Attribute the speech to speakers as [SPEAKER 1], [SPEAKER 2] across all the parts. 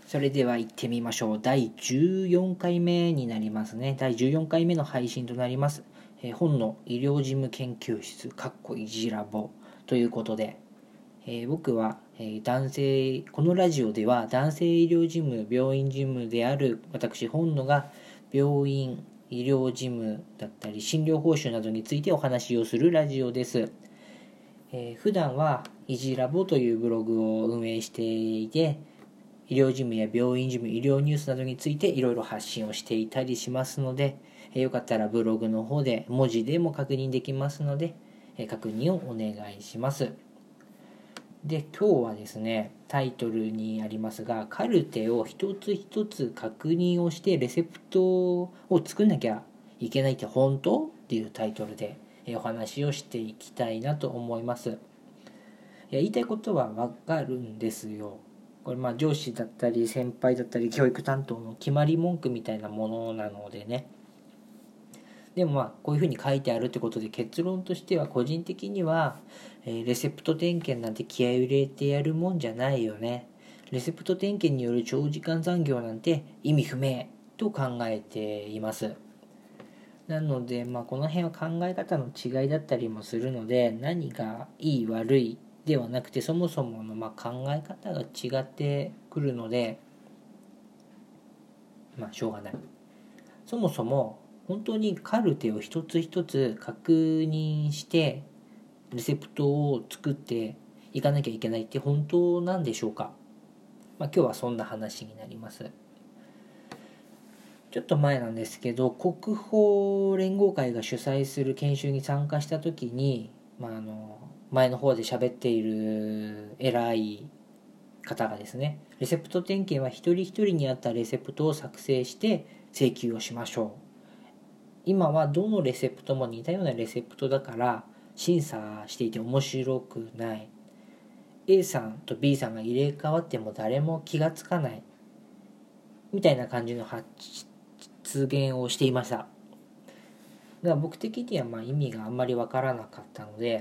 [SPEAKER 1] それでは行ってみましょう。第14回目になりますね。第14回目の配信となります。本の医療事務研究室いじラボということで、僕は、このラジオでは男性医療事務、病院事務である私本野が病院、医療事務だったり診療報酬などについてお話をするラジオです。普段はいじラボというブログを運営していて、医療事務や病院事務、医療ニュースなどについていろいろ発信をしていたりしますので、よかったらブログの方で文字でも確認できますので、確認をお願いします。で、今日はですね、タイトルにありますが、カルテを一つ一つ確認をしてレセプトを作んなきゃいけないって本当っていうタイトルでお話をしていきたいなと思います。言いたいことはわかるんですよ。これ上司だったり先輩だったり教育担当の決まり文句みたいなものなのでね。でもこういうふうに書いてあるってことで、結論としては個人的には、レセプト点検なんて気合い入れてやるもんじゃないよね。レセプト点検による長時間残業なんて意味不明と考えています。なのでこの辺は考え方の違いだったりもするので、何がいい悪いではなくて、そもそもの考え方が違ってくるので、しょうがない。そもそも本当にカルテを一つ一つ確認してレセプトを作っていかなきゃいけないって本当なんでしょうか。今日はそんな話になります。ちょっと前なんですけど、国保連合会が主催する研修に参加した時に、前の方で喋っている偉い方がですね、レセプト点検は一人一人に合ったレセプトを作成して請求をしましょう。今はどのレセプトも似たようなレセプトだから審査していて面白くない。 A さんと B さんが入れ替わっても誰も気がつかないみたいな感じの発言をしていました。だから僕的には意味があんまりわからなかったので、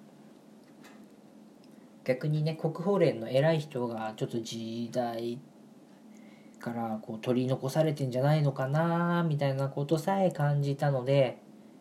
[SPEAKER 1] 逆にね、国保連の偉い人がちょっと時代から取り残されてんじゃないのかなみたいなことさえ感じたので、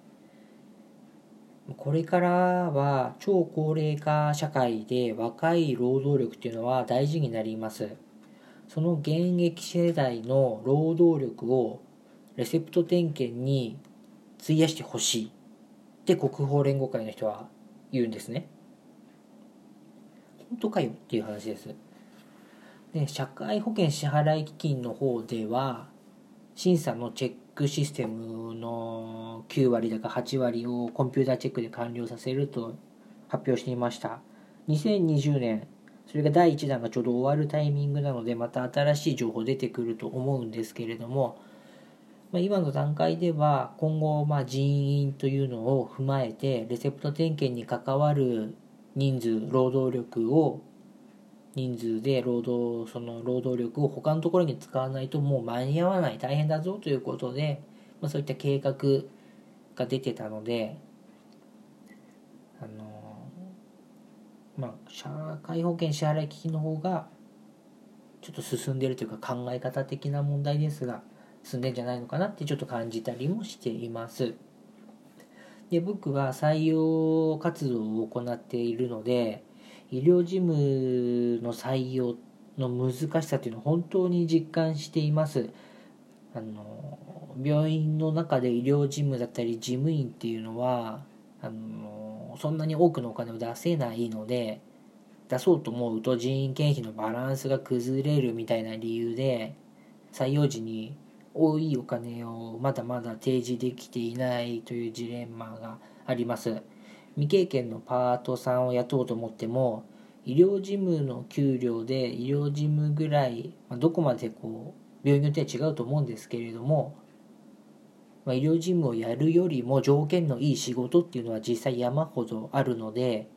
[SPEAKER 1] これからは超高齢化社会で若い労働力っていうのは大事になります。その現役世代の労働力をレセプト点検に費やしてほしいって国保連合会の人は言うんですね。本当かよっていう話です。で、社会保険支払基金の方では審査のチェックシステムの9割だか8割をコンピューターチェックで完了させると発表していました。2020年、それが第1弾がちょうど終わるタイミングなので、また新しい情報出てくると思うんですけれども、今の段階では今後人員というのを踏まえてレセプト点検に関わる人数、労働力を人数でその労働力を他のところに使わないともう間に合わない、大変だぞということで、そういった計画が出てたので、社会保険支払基金の方がちょっと進んでいるというか、考え方的な問題ですが進んでんじゃないのかなってちょっと感じたりもしています。で、僕は採用活動を行っているので、医療事務の採用の難しさというのを本当に実感しています。病院の中で医療事務だったり事務員っていうのはそんなに多くのお金を出せないので、出そうと思うと人員経費のバランスが崩れるみたいな理由で採用時に多いお金をまだまだ提示できていないというジレンマがあります。未経験のパートさんを雇おうと思っても、医療事務の給料で医療事務ぐらい、どこまで病院によっては違うと思うんですけれども、医療事務をやるよりも条件のいい仕事っていうのは実際山ほどあるので、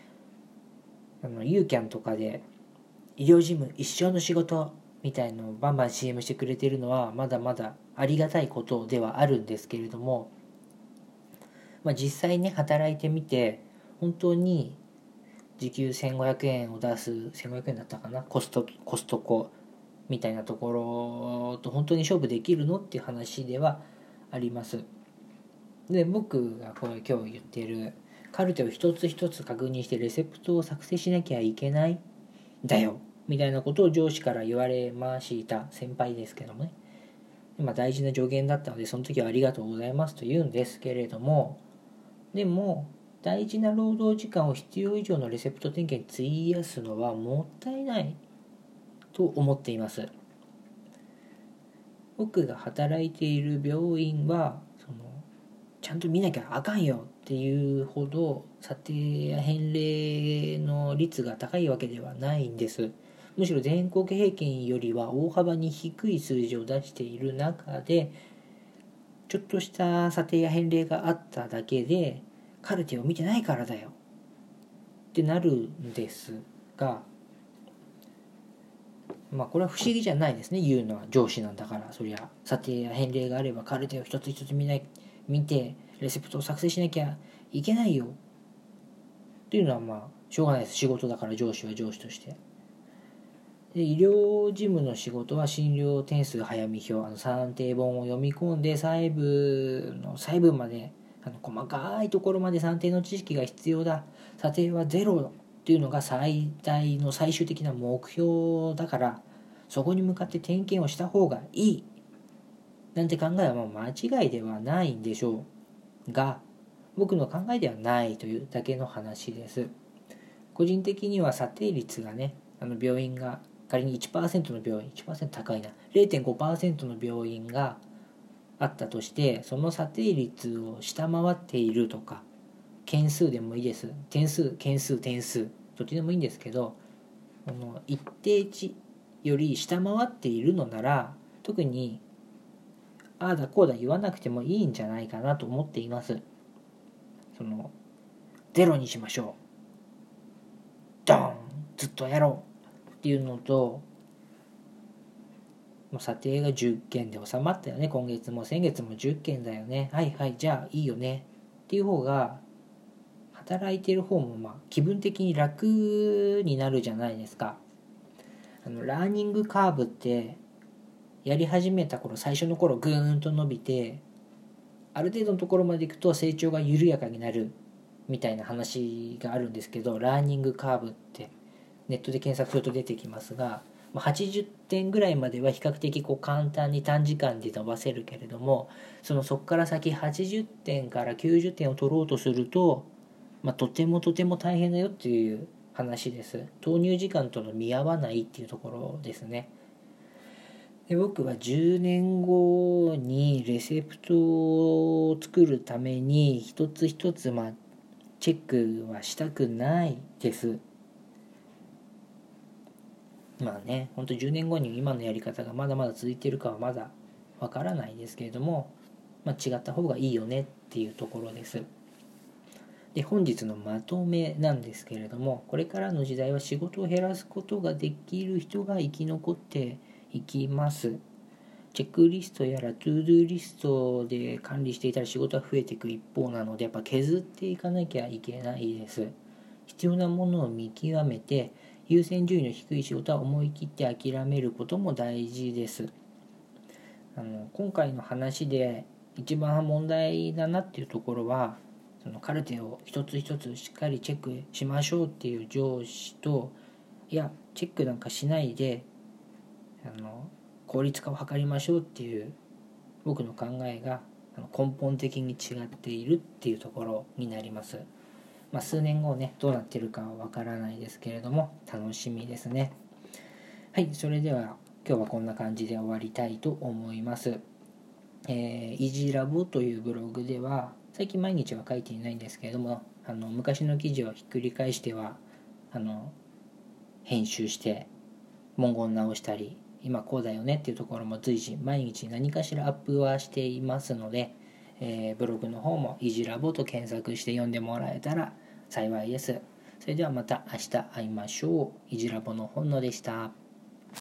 [SPEAKER 1] ユーキャンとかで医療事務一生の仕事みたいのをバンバン CM してくれてるのはまだまだありがたいことではあるんですけれども、実際ね、働いてみて本当に時給1500円を出す、1500円だったかな、コストコみたいなところと本当に勝負できるのっていう話ではあります。で、僕がこれ今日言っているカルテを一つ一つ確認してレセプトを作成しなきゃいけないんだよみたいなことを上司から言われました。先輩ですけどもね、大事な助言だったのでその時はありがとうございますと言うんですけれども、でも大事な労働時間を必要以上のレセプト点検に費やすのはもったいないと思っています。僕が働いている病院はちゃんと見なきゃあかんよっていうほど査定や返礼の率が高いわけではないんです。むしろ全国平均よりは大幅に低い数字を出している中で、ちょっとした査定や返礼があっただけでカルテを見てないからだよってなるんですが、これは不思議じゃないですね。言うのは上司なんだから、そりゃ査定や返礼があればカルテを一つ一つ見てレセプトを作成しなきゃいけないよっていうのはしょうがないです。仕事だから、上司は上司として。で、医療事務の仕事は診療点数早見表、算定本を読み込んで細部の細部まで細かいところまで算定の知識が必要だ、査定はゼロっていうのが最大の最終的な目標だから、そこに向かって点検をした方がいいなんて考えは間違いではないんでしょうが、僕の考えではないというだけの話です。個人的には査定率がね、病院が仮に 1% の病院、1% 高いな、 0.5% の病院があったとして、その査定率を下回っているとか、件数でもいいです、点数、件数、点数どっちでもいいんですけど、一定値より下回っているのなら、特にああだこうだ言わなくてもいいんじゃないかなと思っています。ゼロにしましょう、ドーンずっとやろうっていうのと、査定が10件で収まったよね、今月も先月も10件だよね、はいはいじゃあいいよねっていう方が、働いてる方も気分的に楽になるじゃないですか。ラーニングカーブってやり始めた頃、最初の頃ぐーんと伸びて、ある程度のところまでいくと成長が緩やかになるみたいな話があるんですけど、ラーニングカーブってネットで検索すると出てきますが、80点ぐらいまでは比較的簡単に短時間で伸ばせるけれども、そこから先80点から90点を取ろうとすると、とてもとても大変だよっていう話です。投入時間との見合わないっていうところですね。で、僕は10年後にレセプトを作るために一つ一つチェックはしたくないです。本当10年後に今のやり方がまだまだ続いているかはまだわからないですけれども、違った方がいいよねっていうところです。で、本日のまとめなんですけれども、これからの時代は仕事を減らすことができる人が生き残っていきます。チェックリストやらトゥードゥリストで管理していたら仕事は増えていく一方なので、やっぱ削っていかなきゃいけないです。必要なものを見極めて、優先順位の低い仕事は思い切って諦めることも大事です。今回の話で一番問題だなっていうところは、カルテを一つ一つしっかりチェックしましょうっていう上司と、いやチェックなんかしないで効率化を図りましょうっていう僕の考えが根本的に違っているっていうところになります。数年後ね、どうなってるかはわからないですけれども、楽しみですね。はい、それでは今日はこんな感じで終わりたいと思います。イージーラボというブログでは、最近毎日は書いていないんですけれども、昔の記事をひっくり返しては編集して文言直したり、今こうだよねっていうところも随時毎日何かしらアップはしていますので、ブログの方もイージーラボと検索して読んでもらえたら幸いです。それではまた明日会いましょう。イージーラボの本野でした。